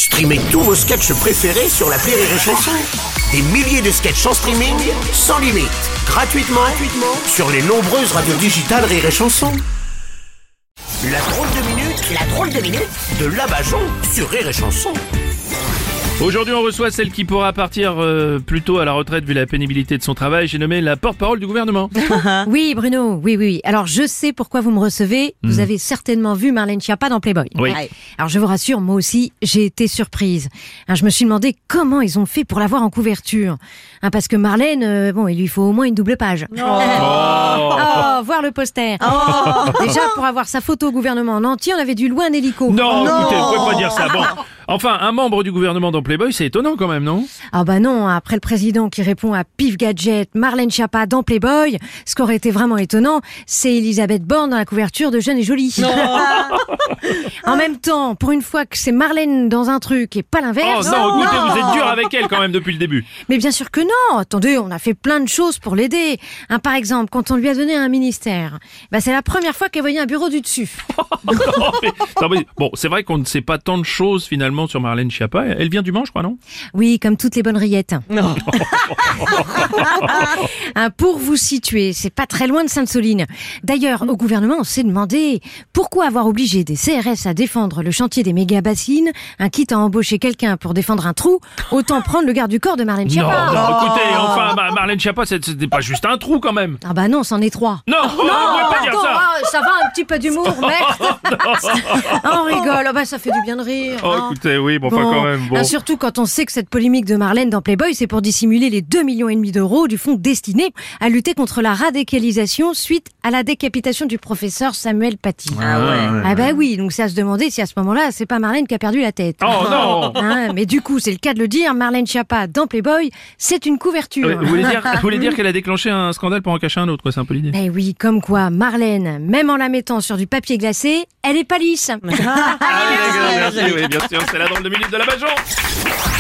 Streamez tous vos sketchs préférés sur l'appli Rire et Chanson. Des milliers de sketchs en streaming, sans limite, gratuitement sur les nombreuses radios digitales Rire et Chanson. La drôle de minute de Labajon sur Rire et Chanson. Aujourd'hui, on reçoit celle qui pourra partir plus tôt à la retraite vu la pénibilité de son travail. J'ai nommé la porte-parole du gouvernement. Oui, Bruno, oui. Alors, je sais pourquoi vous me recevez. Vous avez certainement vu Marlène Schiappa dans Playboy. Oui. Alors, je vous rassure, moi aussi, j'ai été surprise. Je me suis demandé comment ils ont fait pour l'avoir en couverture. Parce que Marlène, il lui faut au moins une double page. Voir le poster. Déjà, pour avoir sa photo au gouvernement en entier, on avait dû louer un hélico. Non, écoutez, vous pouvez pas dire ça. Bon, enfin, un membre du gouvernement dans Playboy, c'est étonnant quand même, non? Ah bah non, après le président qui répond à Pif Gadget, Marlène Schiappa dans Playboy, ce qui aurait été vraiment étonnant, c'est Elisabeth Borne dans la couverture de Jeune et Jolie. En même temps, pour une fois que c'est Marlène dans un truc et pas l'inverse... Oh non, écoutez, vous êtes dur avec elle quand même depuis le début. Mais bien sûr que non. Attendez, on a fait plein de choses pour l'aider. Par exemple, quand on lui a donné un ministère, c'est la première fois qu'elle voyait un bureau du dessus. Non, mais bon, c'est vrai qu'on ne sait pas tant de choses finalement sur Marlène Schiappa. Elle vient du Mans, je crois, non? Oui, comme toutes les bonnes rillettes. Pour vous situer, c'est pas très loin de Sainte-Soline. D'ailleurs, au gouvernement, on s'est demandé pourquoi avoir obligé des CRS à défendre le chantier des méga-bassines, quitte à embaucher quelqu'un pour défendre un trou, autant prendre le garde du corps de Marlène Schiappa. Non, écoutez, enfin, Marlène Schiappa, c'était pas juste un trou quand même. Ah bah non, c'en est trois. Non, on peut pas dire ça. Ça va, un petit peu d'humour, merde. On rigole, ça fait du bien de rire. Écoutez, oui, enfin quand même, bon. Surtout quand on sait que cette polémique de Marlène dans Playboy, c'est pour dissimuler les 2,5 millions d'euros du fonds destiné à lutter contre la radicalisation suite à la décapitation du professeur Samuel Paty. Oui, donc c'est à se demander si à ce moment-là, c'est pas Marlène qui a perdu la tête. Oh non. Mais du coup, c'est le cas de le dire, Marlène Schiappa dans Playboy, c'est une couverture. Vous voulez dire qu'elle a déclenché un scandale pour en cacher un autre, quoi, c'est un peu l'idée. Oui, comme quoi Marlène, même en la mettant sur du papier glacé, elle est pas lisse. Merci, oui, bien sûr, c'est la drôle de minute de Labajon.